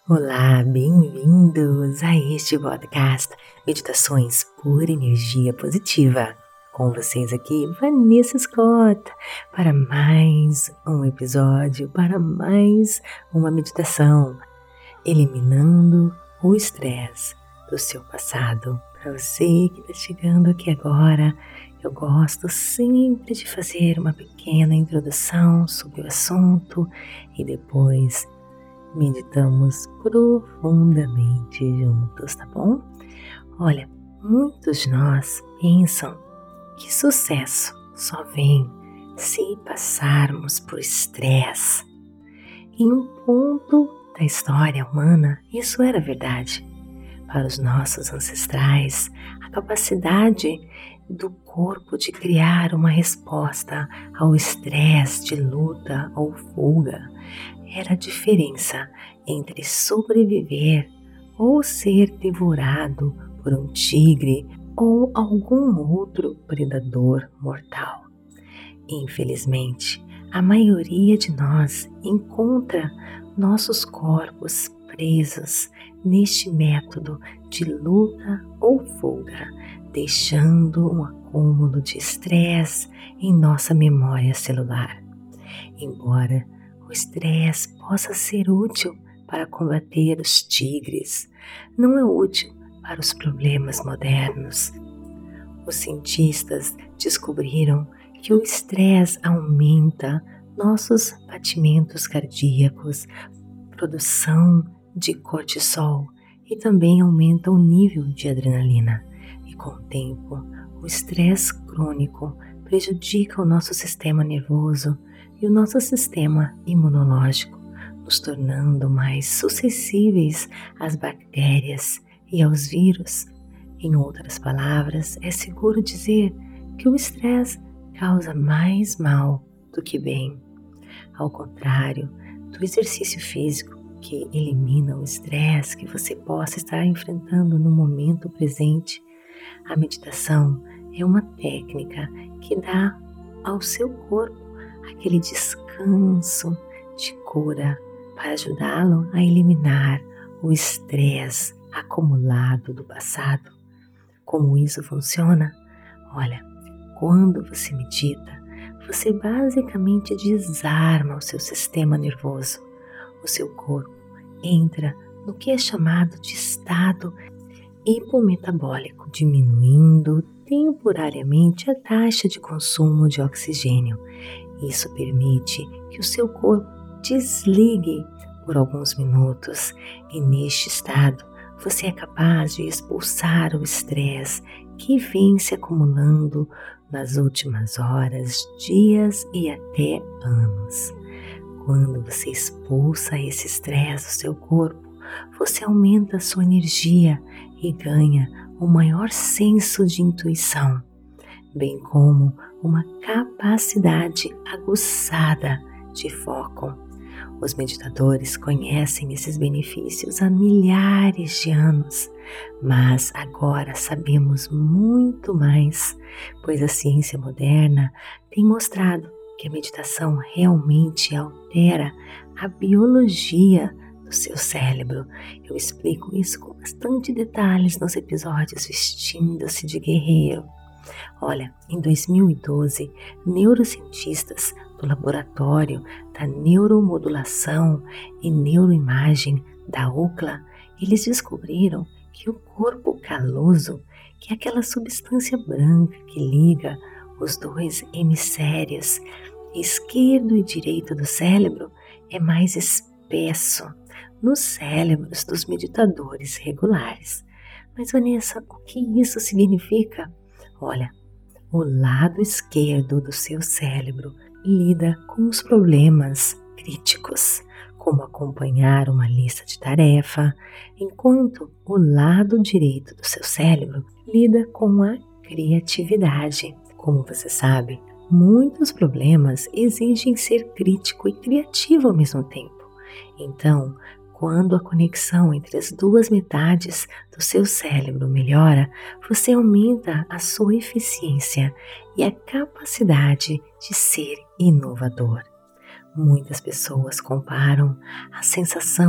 Olá, bem-vindos a este podcast Meditações por Energia Positiva. Com vocês aqui, Vanessa Scott, para mais um episódio, para mais uma meditação, eliminando o estresse do seu passado. Para você que está chegando aqui agora, eu gosto sempre de fazer uma pequena introdução sobre o assunto e depois meditamos profundamente juntos, tá bom? Olha, muitos de nós pensam que sucesso só vem se passarmos por estresse. Em um ponto da história humana, isso era verdade. Para os nossos ancestrais, a capacidade do corpo de criar uma resposta ao estresse de luta ou fuga era a diferença entre sobreviver ou ser devorado por um tigre ou algum outro predador mortal. Infelizmente, a maioria de nós encontra nossos corpos presos neste método de luta ou fuga, deixando um acúmulo de estresse em nossa memória celular. Embora o estresse possa ser útil para combater os tigres, não é útil para os problemas modernos. Os cientistas descobriram que o estresse aumenta nossos batimentos cardíacos, produção de cortisol e também aumenta o nível de adrenalina. E com o tempo, o estresse crônico prejudica o nosso sistema nervoso e o nosso sistema imunológico, nos tornando mais suscetíveis às bactérias e aos vírus. Em outras palavras, é seguro dizer que o estresse causa mais mal do que bem. Ao contrário do exercício físico, que elimina o estresse que você possa estar enfrentando no momento presente, a meditação é uma técnica que dá ao seu corpo aquele descanso de cura para ajudá-lo a eliminar o estresse acumulado do passado. Como isso funciona? Olha, quando você medita, você basicamente desarma o seu sistema nervoso. O seu corpo entra no que é chamado de estado hipometabólico, diminuindo temporariamente a taxa de consumo de oxigênio. Isso permite que o seu corpo desligue por alguns minutos e neste estado você é capaz de expulsar o estresse que vem se acumulando nas últimas horas, dias e até anos. Quando você expulsa esse estresse do seu corpo, você aumenta a sua energia e ganha um maior senso de intuição, bem como uma capacidade aguçada de foco. Os meditadores conhecem esses benefícios há milhares de anos, mas agora sabemos muito mais, pois a ciência moderna tem mostrado que a meditação realmente altera a biologia do seu cérebro. Eu explico isso com bastante detalhes nos episódios Vestindo-se de Guerreiro. Olha, em 2012, neurocientistas do Laboratório da Neuromodulação e Neuroimagem da UCLA, eles descobriram que o corpo caloso, que é aquela substância branca que liga os dois hemisférios, esquerdo e direito do cérebro, é mais espesso nos cérebros dos meditadores regulares. Mas Vanessa, o que isso significa? Olha, o lado esquerdo do seu cérebro lida com os problemas críticos, como acompanhar uma lista de tarefa, enquanto o lado direito do seu cérebro lida com a criatividade. Como você sabe, muitos problemas exigem ser crítico e criativo ao mesmo tempo. Então, quando a conexão entre as duas metades do seu cérebro melhora, você aumenta a sua eficiência e a capacidade de ser inovador. Muitas pessoas comparam a sensação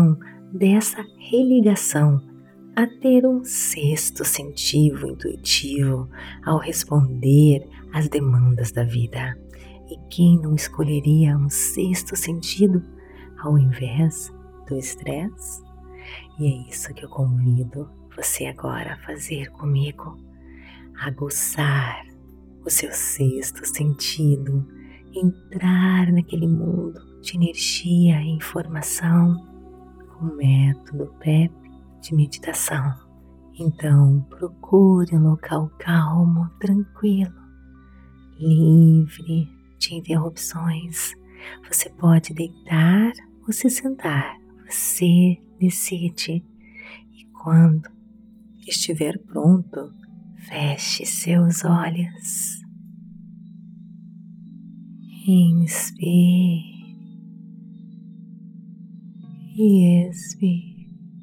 dessa religação a ter um sexto sentido intuitivo ao responder às demandas da vida. E quem não escolheria um sexto sentido ao invés do estresse? E é isso que eu convido você agora a fazer comigo, aguçar o seu sexto sentido, entrar naquele mundo de energia e informação com o método PEP de meditação. Então, procure um local calmo, tranquilo, livre de interrupções. Você pode deitar ou se sentar, você decide. E quando estiver pronto, feche seus olhos. Inspire e expire.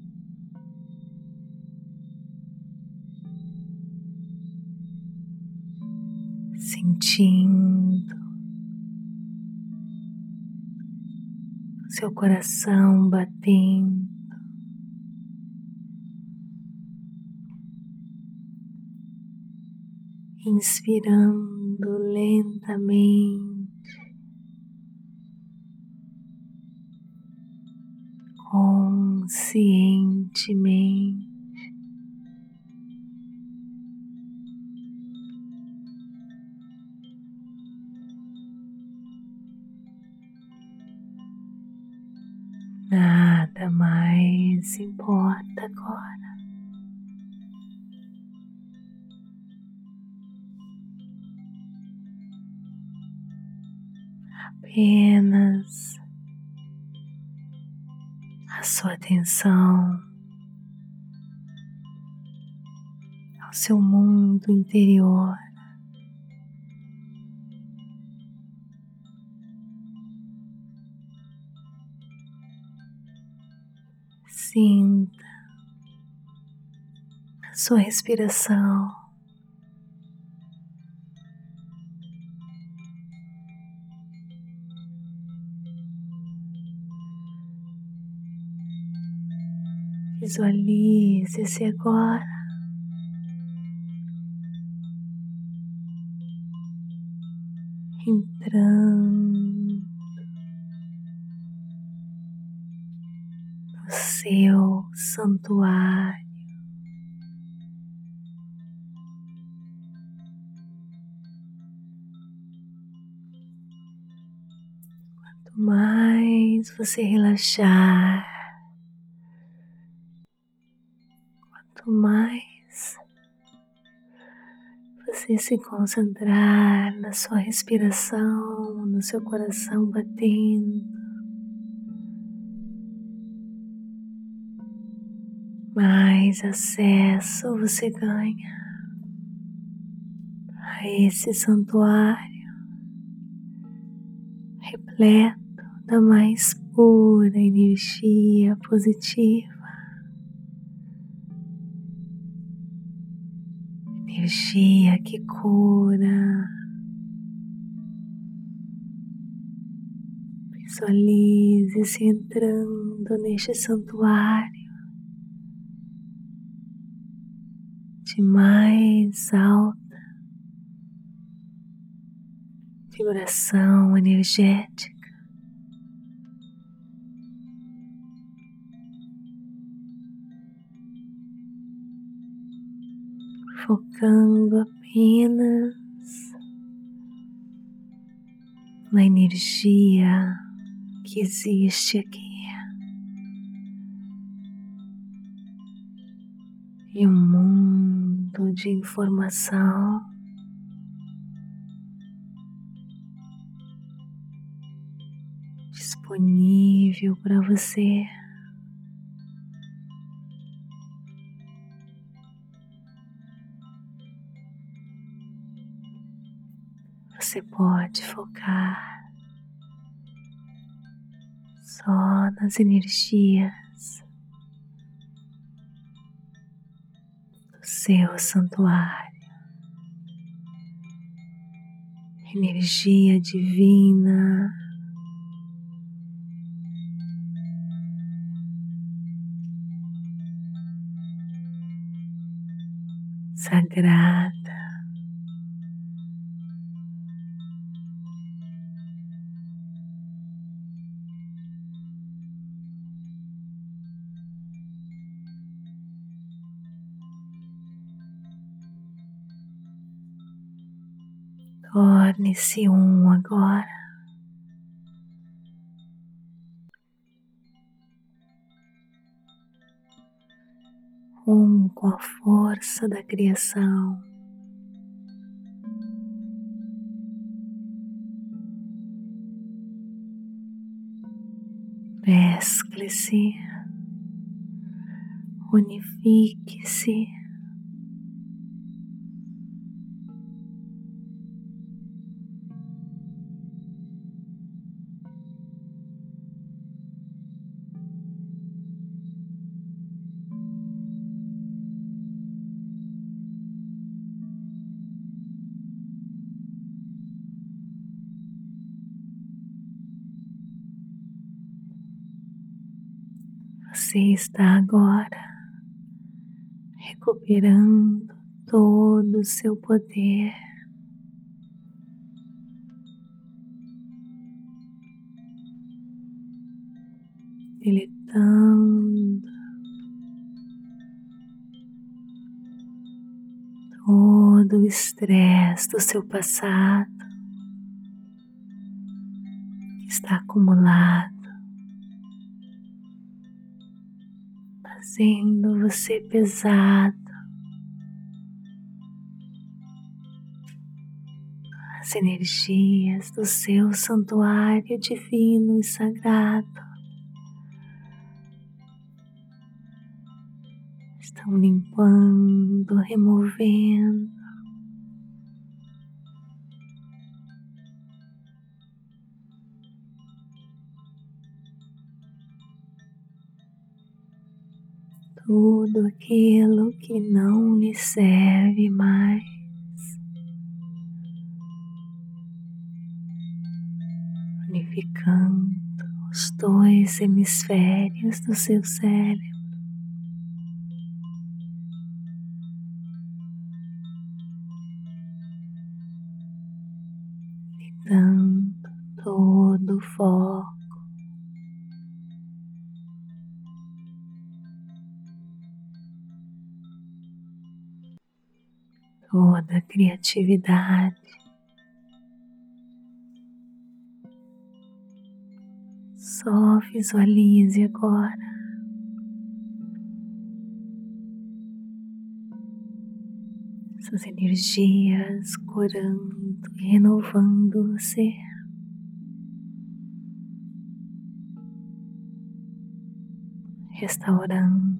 Sentindo seu coração batendo, inspirando lentamente, conscientemente, nada mais importa agora. Apenas a sua atenção ao seu mundo interior. Sinta a sua respiração. Visualize-se agora entrando no seu santuário. Quanto mais você relaxar, quanto mais você se concentrar na sua respiração, no seu coração batendo, mais acesso você ganha a esse santuário repleto da mais pura energia positiva, energia que cura. Visualize-se entrando neste santuário de mais alta vibração energética, focando apenas na energia que existe aqui e um mundo de informação disponível para você. Você pode focar só nas energias do seu santuário, energia divina, sagrada. Torne-se um agora. Um com a força da criação. Mescle-se, unifique-se. Você está agora recuperando todo o seu poder, deletando todo o estresse do seu passado que está acumulado, fazendo você pesado. As energias do seu santuário divino e sagrado estão limpando, removendo tudo aquilo que não lhe serve mais, unificando os dois hemisférios do seu cérebro, lhe dando todo o foco, toda a criatividade. Só visualize agora essas energias curando e renovando você, restaurando,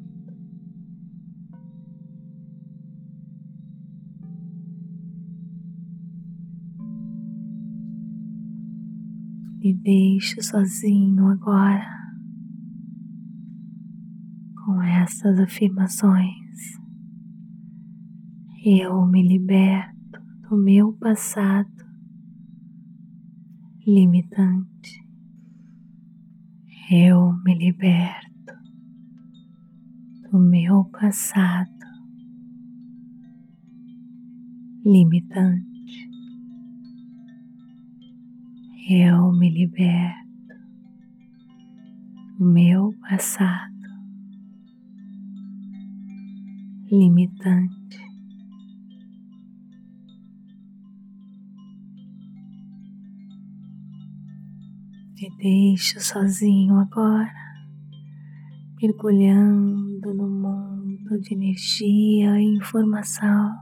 e deixe sozinho agora com essas afirmações. Eu me liberto do meu passado limitante. Eu me liberto do meu passado limitante. Eu me liberto do meu passado limitante. Me deixo sozinho agora, mergulhando no mundo de energia e informação,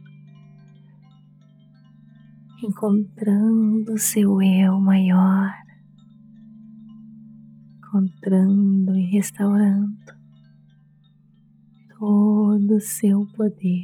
encontrando o seu eu maior, encontrando e restaurando todo o seu poder.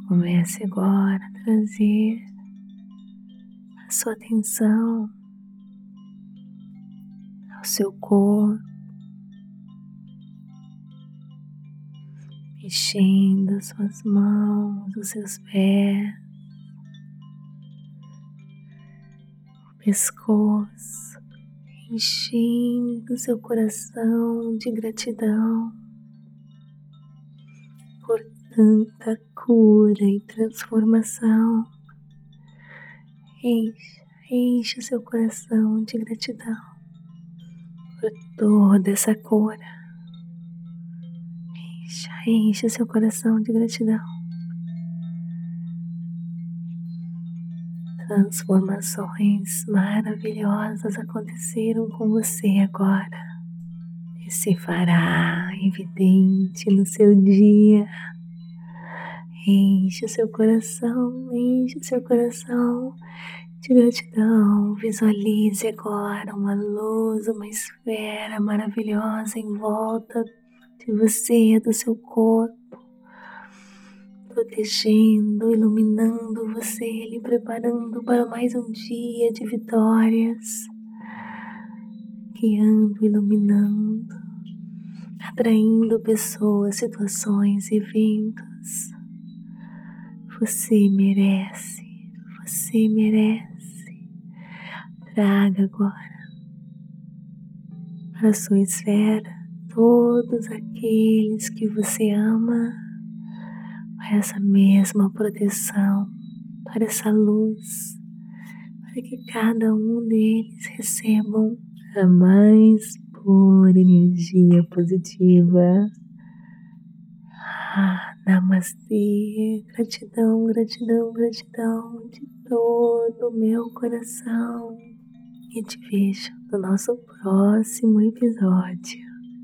Comece agora a trazer a sua atenção ao seu corpo, mexendo as suas mãos, os seus pés, o pescoço, enchendo seu coração de gratidão por tanta cura e transformação. Enche seu coração de gratidão por toda essa cura. Enche seu coração de gratidão. Transformações maravilhosas aconteceram com você agora e se fará evidente no seu dia. Enche seu coração de gratidão. Visualize agora uma luz, uma esfera maravilhosa em volta de você, do seu corpo, protegendo, iluminando você, lhe preparando para mais um dia de vitórias, guiando, iluminando, atraindo pessoas, situações, eventos. Você merece. Traga agora para a sua esfera todos aqueles que você ama, para essa mesma proteção, para essa luz, para que cada um deles recebam a mais pura energia positiva. Namastê, gratidão de todo o meu coração. E te vejo no nosso próximo episódio.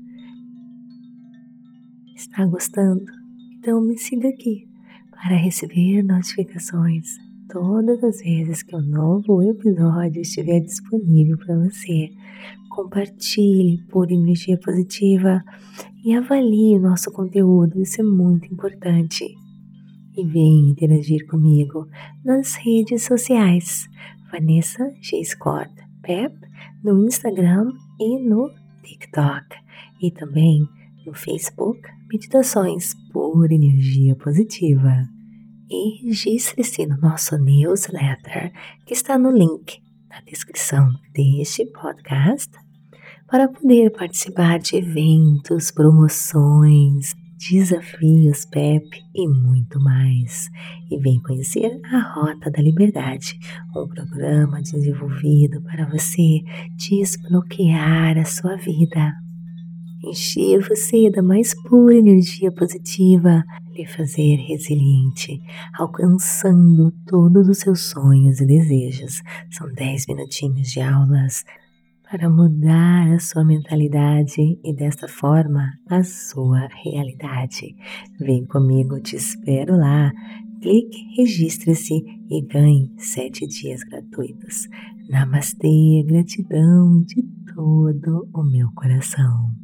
Está gostando? Então me siga aqui para receber notificações todas as vezes que um novo episódio estiver disponível para você. Compartilhe por energia positiva e avalie o nosso conteúdo, isso é muito importante. E venha interagir comigo nas redes sociais, Vanessa G. Scott Pep, no Instagram e no TikTok, e também no Facebook, Meditações por Energia Positiva. E registre-se no nosso newsletter, que está no link na descrição deste podcast, para poder participar de eventos, promoções, desafios PEP e muito mais. E vem conhecer a Rota da Liberdade, um programa desenvolvido para você desbloquear a sua vida, encher você da mais pura energia positiva, lhe fazer resiliente, alcançando todos os seus sonhos e desejos. São 10 minutinhos de aulas para mudar a sua mentalidade e desta forma a sua realidade. Vem comigo, te espero lá. Clique, registre-se e ganhe 7 dias gratuitos. Namastê, gratidão de todo o meu coração.